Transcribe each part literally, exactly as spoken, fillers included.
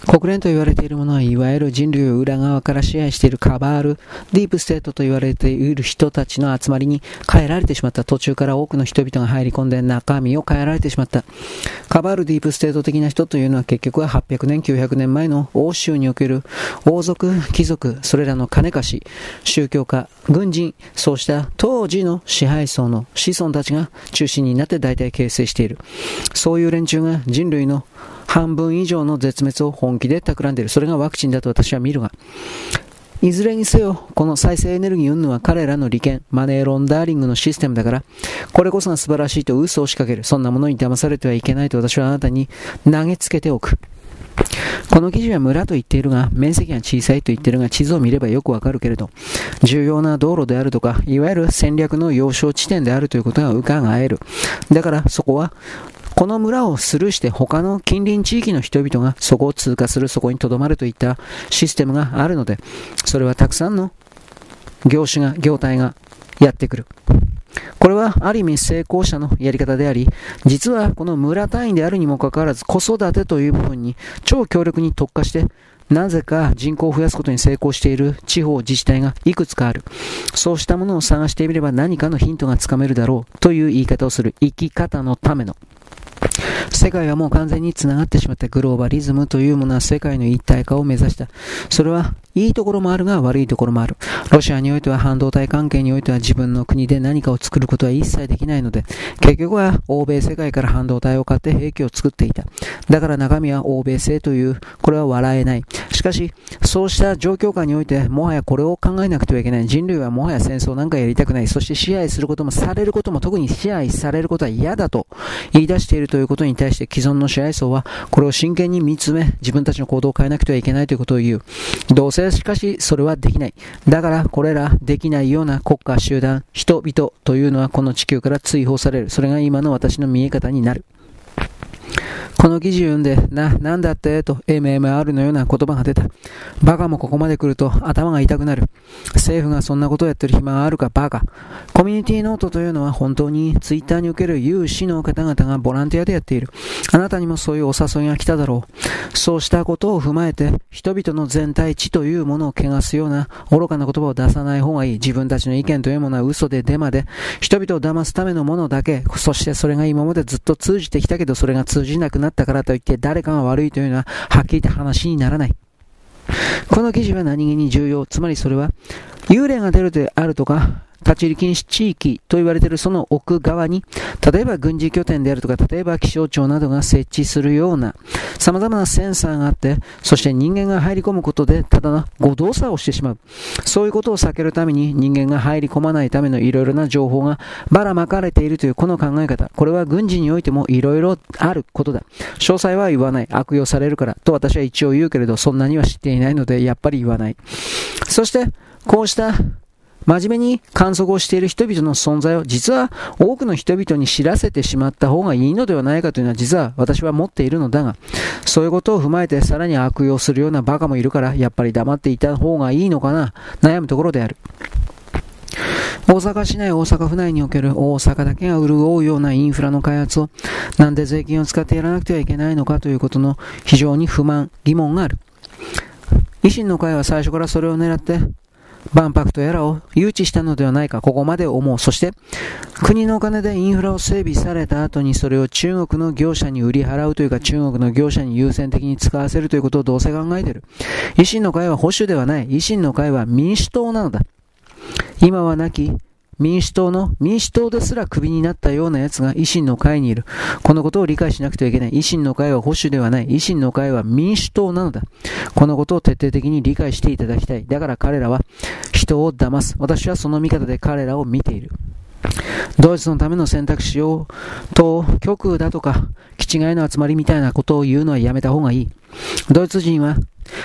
国連と言われているものはいわゆる人類を裏側から支配しているカバール、ディープステートと言われている人たちの集まりに変えられてしまった。途中から多くの人々が入り込んで中身を変えられてしまった。カバールディープステート的な人というのは結局ははっぴゃくねんきゅうひゃくねんまえの欧州における王族、貴族、それらの金貸し、宗教家、軍人、そうした当時の支配層の子孫たちが中心になって大体形成している。そういう連中が人類の半分以上の絶滅を本気で企んでいる。それがワクチンだと私は見るが、いずれにせよこの再生エネルギー云々は彼らの利権、マネーロンダーリングのシステムだから、これこそが素晴らしいと嘘を仕掛ける。そんなものに騙されてはいけないと私はあなたに投げつけておく。この記事は村と言っているが、面積が小さいと言っているが、地図を見ればよくわかるけれど、重要な道路であるとか、いわゆる戦略の要衝地点であるということが伺える。だからそこはこの村をスルーして他の近隣地域の人々がそこを通過する、そこに留まるといったシステムがあるので、それはたくさんの業種が、業態がやってくる。これはある意味成功者のやり方であり、実はこの村単位であるにもかかわらず子育てという部分に超強力に特化してなぜか人口を増やすことに成功している地方自治体がいくつかある。そうしたものを探してみれば何かのヒントがつかめるだろうという言い方をする。生き方のための。世界はもう完全につながってしまった。グローバリズムというものは世界の一体化を目指した。それはいいところもあるが悪いところもある。ロシアにおいては半導体関係においては自分の国で何かを作ることは一切できないので、結局は欧米世界から半導体を買って兵器を作っていた。だから中身は欧米製という、これは笑えない。しかしそうした状況下においてもはやこれを考えなくてはいけない。人類はもはや戦争なんかやりたくない。そして支配することもされることも、特に支配されることは嫌だと言い出しているということに対して既存の支配層はこれを真剣に見つめ、自分たちの行動を変えなくてはいけないということを言う。どうせしかしそれはできない。だからこれらできないような国家、集団、人々というのはこの地球から追放される。それが今の私の見え方になる。この記事を読んで、な、なんだってと エムエムアール のような言葉が出た。バカもここまで来ると頭が痛くなる。政府がそんなことをやってる暇があるか、バカ。コミュニティノートというのは本当にツイッターにおける有志の方々がボランティアでやっている。あなたにもそういうお誘いが来ただろう。そうしたことを踏まえて、人々の全体値というものを汚すような愚かな言葉を出さない方がいい。自分たちの意見というものは嘘でデマで、人々を騙すためのものだけ。そしてそれが今までずっと通じてきたけど、それが通じなくなったからといって誰かが悪いというのははっきり言って話にならない。この記事は何気に重要。つまりそれは幽霊が出るであるとか立ち入り禁止地域と言われているその奥側に、例えば軍事拠点であるとか、例えば気象庁などが設置するような様々なセンサーがあって、そして人間が入り込むことでただの誤動作をしてしまう。そういうことを避けるために人間が入り込まないためのいろいろな情報がばらまかれているというこの考え方。これは軍事においてもいろいろあることだ。詳細は言わない。悪用されるからと私は一応言うけれど、そんなには知っていないのでやっぱり言わない。そしてこうした真面目に観測をしている人々の存在を実は多くの人々に知らせてしまった方がいいのではないかというのは実は私は持っているのだが、そういうことを踏まえてさらに悪用するようなバカもいるから、やっぱり黙っていた方がいいのかな、悩むところである。大阪市内、大阪府内における大阪だけが潤うようなインフラの開発をなんで税金を使ってやらなくてはいけないのかということの非常に不満、疑問がある。維新の会は最初からそれを狙って万博とやらを誘致したのではないか、ここまで思う。そして国のお金でインフラを整備された後にそれを中国の業者に売り払うというか、中国の業者に優先的に使わせるということをどうせ考えている。維新の会は保守ではない。維新の会は民主党なのだ。今はなき民主党の民主党ですらクビになったようなやつが維新の会にいる。このことを理解しなくてはいけない。維新の会は保守ではない。維新の会は民主党なのだ。このことを徹底的に理解していただきたい。だから彼らは人を騙す。私はその見方で彼らを見ている。ドイツのための選択肢をと極右だとか気違いの集まりみたいなことを言うのはやめた方がいい。ドイツ人は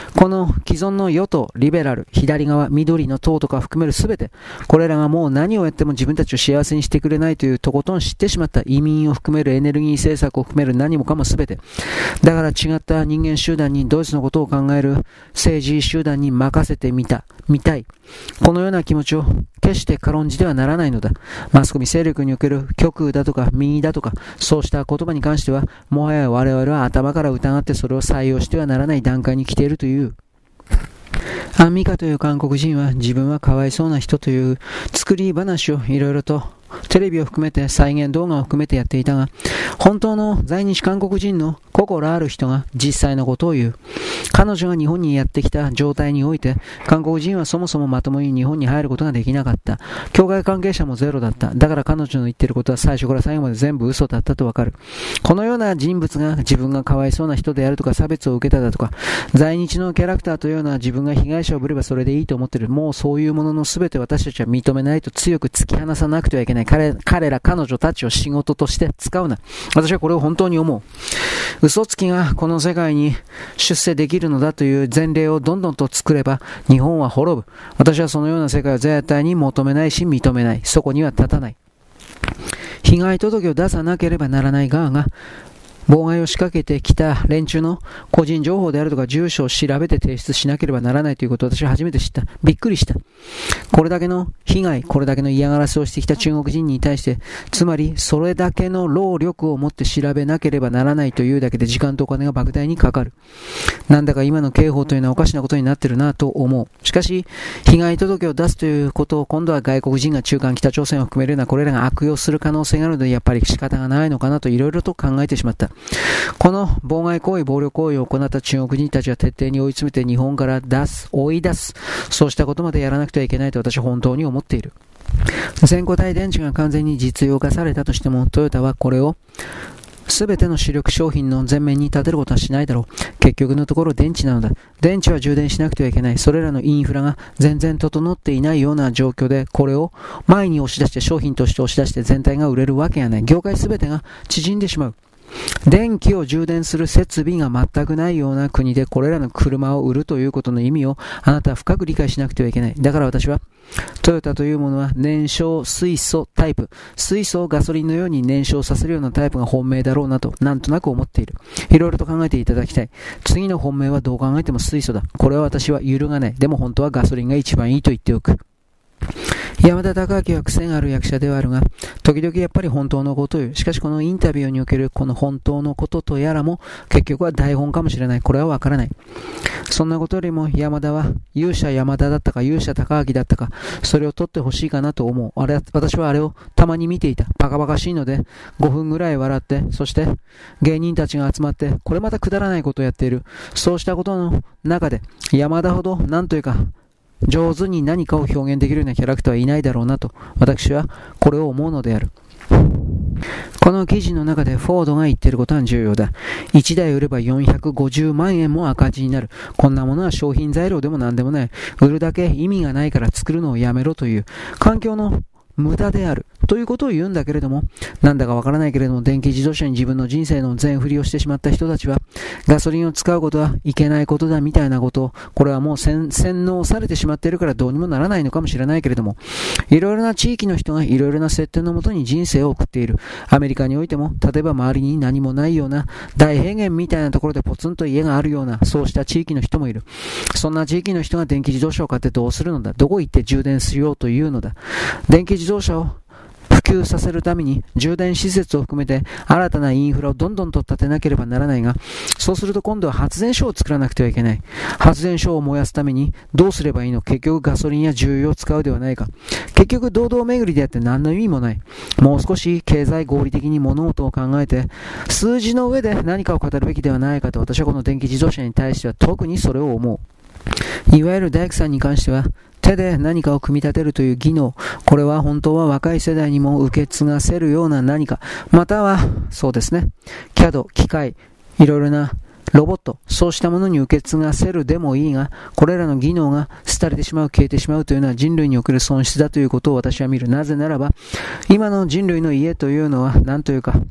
この既存の与党、リベラル、左側、緑の党とか含めるすべて、これらがもう何をやっても自分たちを幸せにしてくれないというとことん知ってしまった移民を含めるエネルギー政策を含める何もかもすべて。だから違った人間集団にドイツのことを考える政治集団に任せてみた、みたい。このような気持ちを決して軽んじてはならないのだ。マスコミ勢力における極右だとか右だとか、そうした言葉に関しては、もはや我々は頭から疑ってそれを採用してはならない段階に来ているという。アンミカという韓国人は自分はかわいそうな人という作り話をいろいろとテレビを含めて再現動画を含めてやっていたが、本当の在日韓国人の心ある人が実際のことを言う。彼女が日本にやってきた状態において、韓国人はそもそもまともに日本に入ることができなかった。教会関係者もゼロだった。だから彼女の言っていることは最初から最後まで全部嘘だったとわかる。このような人物が自分がかわいそうな人であるとか差別を受けただとか、在日のキャラクターというような自分が被害者をぶればそれでいいと思っている。もうそういうものの全て私たちは認めないと強く突き放さなくてはいけない。彼, 彼ら彼女たちを仕事として使うな。私はこれを本当に思う。嘘つきがこの世界に出世できるのだという前例をどんどんと作れば日本は滅ぶ。私はそのような世界を絶対に求めないし認めない。そこには立たない。被害届を出さなければならない側が妨害を仕掛けてきた連中の個人情報であるとか住所を調べて提出しなければならないということを私は初めて知った。びっくりした。これだけの被害、これだけの嫌がらせをしてきた中国人に対して、つまりそれだけの労力を持って調べなければならないというだけで時間とお金が莫大にかかる。なんだか今の刑法というのはおかしなことになっているなと思う。しかし、被害届を出すということを今度は外国人が中間北朝鮮を含めるようなこれらが悪用する可能性があるのでやっぱり仕方がないのかなといろいろと考えてしまった。この妨害行為、暴力行為を行った中国人たちは徹底に追い詰めて日本から出す、追い出す、そうしたことまでやらなくてはいけないと私は本当に思っている。全固体電池が完全に実用化されたとしてもトヨタはこれをすべての主力商品の前面に立てることはしないだろう。結局のところ電池なのだ。電池は充電しなくてはいけない。それらのインフラが全然整っていないような状況でこれを前に押し出して商品として押し出して全体が売れるわけがない。業界すべてが縮んでしまう。電気を充電する設備が全くないような国でこれらの車を売るということの意味をあなたは深く理解しなくてはいけない。だから私はトヨタというものは燃焼水素タイプ、水素をガソリンのように燃焼させるようなタイプが本命だろうなとなんとなく思っている。いろいろと考えていただきたい。次の本命はどう考えても水素だ。これは私は揺るがない。でも本当はガソリンが一番いいと言っておく。山田孝明は癖がある役者ではあるが、時々やっぱり本当のことを言う。しかしこのインタビューにおけるこの本当のこととやらも結局は台本かもしれない。これはわからない。そんなことよりも山田は勇者山田だったか勇者孝明だったか、それを取ってほしいかなと思う。あれ、私はあれをたまに見ていた。バカバカしいのでごふんぐらい笑って、そして芸人たちが集まってこれまたくだらないことをやっている。そうしたことの中で山田ほどなんというか上手に何かを表現できるようなキャラクターはいないだろうなと私はこれを思うのである。この記事の中でフォードが言っていることは重要だ。いちだい売ればよんひゃくごじゅうまんえんも赤字になる。こんなものは商品材料でも何でもない。売るだけ意味がないから作るのをやめろという環境の無駄であるということを言うんだけれども、なんだかわからないけれども電気自動車に自分の人生の全振りをしてしまった人たちはガソリンを使うことはいけないことだみたいなことを、これはもう洗脳されてしまっているからどうにもならないのかもしれないけれども、いろいろな地域の人がいろいろな設定のもとに人生を送っている。アメリカにおいても例えば周りに何もないような大平原みたいなところでポツンと家があるようなそうした地域の人もいる。そんな地域の人が電気自動車を買ってどうするのだ。どこ行って充電しようというのだ。電気自動車を普及させるために充電施設を含めて新たなインフラをどんどんと建てなければならないが、そうすると今度は発電所を作らなくてはいけない。発電所を燃やすためにどうすればいいの。結局ガソリンや重油を使うではないか。結局堂々巡りであって何の意味もない。もう少し経済合理的に物事を考えて数字の上で何かを語るべきではないかと私はこの電気自動車に対しては特にそれを思う。いわゆる大工さんに関しては手で何かを組み立てるという技能、これは本当は若い世代にも受け継がせるような何か、またはそうですね キャド、機械、いろいろなロボット、そうしたものに受け継がせるでもいいが、これらの技能が廃れてしまう、消えてしまうというのは人類における損失だということを私は見る。なぜならば今の人類の家というのは何というか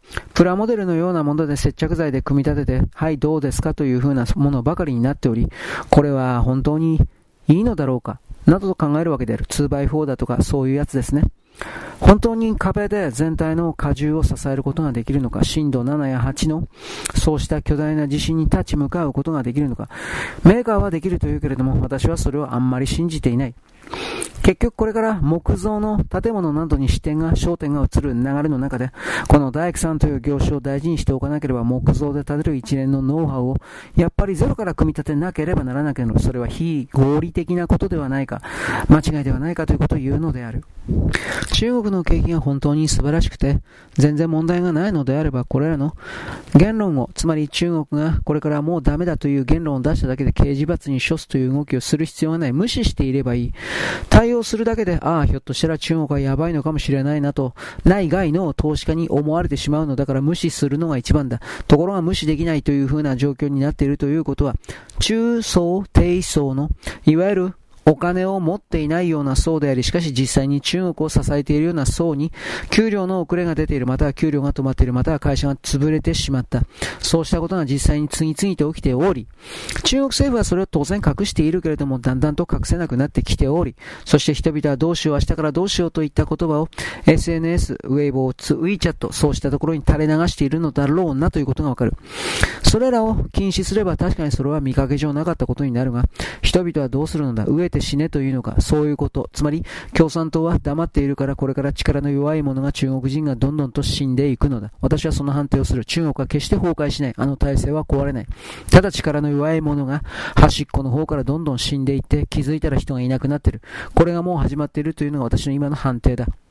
プラモデルのようなもので接着剤で組み立てて、はい、どうですかというふうなものばかりになっており、これは本当にいいのだろうかなどと考えるわけである。 ツーバイフォー だとかそういうやつですね。本当に壁で全体の荷重を支えることができるのか、震度ななやはちのそうした巨大な地震に立ち向かうことができるのか。メーカーはできるというけれども、私はそれをあんまり信じていない。結局これから木造の建物などに視点が焦点が移る流れの中で、この大工さんという業種を大事にしておかなければ、木造で建てる一連のノウハウをやっぱりゼロから組み立てなければならなければ、それは非合理的なことではないか、間違いではないかということを言うのである。中国の景気が本当に素晴らしくて全然問題がないのであれば、これらの言論を、つまり中国がこれからもうダメだという言論を出しただけで刑事罰に処すという動きをする必要がない。無視していればいい。対応するだけで、ああ、ひょっとしたら中国はやばいのかもしれないなと内外の投資家に思われてしまうのだから無視するのが一番だ。ところが無視できないというふうな状況になっているということは、中層低層のいわゆるお金を持っていないような層であり、しかし実際に中国を支えているような層に給料の遅れが出ている、または給料が止まっている、または会社が潰れてしまった。そうしたことが実際に次々と起きており、中国政府はそれを当然隠しているけれども、だんだんと隠せなくなってきており、そして人々はどうしよう、明日からどうしようといった言葉を エスエヌエス、ウェイボー、ツ、ウィーチャット、そうしたところに垂れ流しているのだろうなということがわかる。それらを禁止すれば確かにそれは見かけ上なかったことになるが、人々はどうするのだ、飢えて死ねというのか、そういうこと。つまり共産党は黙っているから、これから力の弱い者が、中国人がどんどんと死んでいくのだ。私はその判定をする。中国は決して崩壊しない。あの体制は壊れない。ただ力の弱い者が端っこの方からどんどん死んでいって、気づいたら人がいなくなっている。これがもう始まっているというのが私の今の判定だ。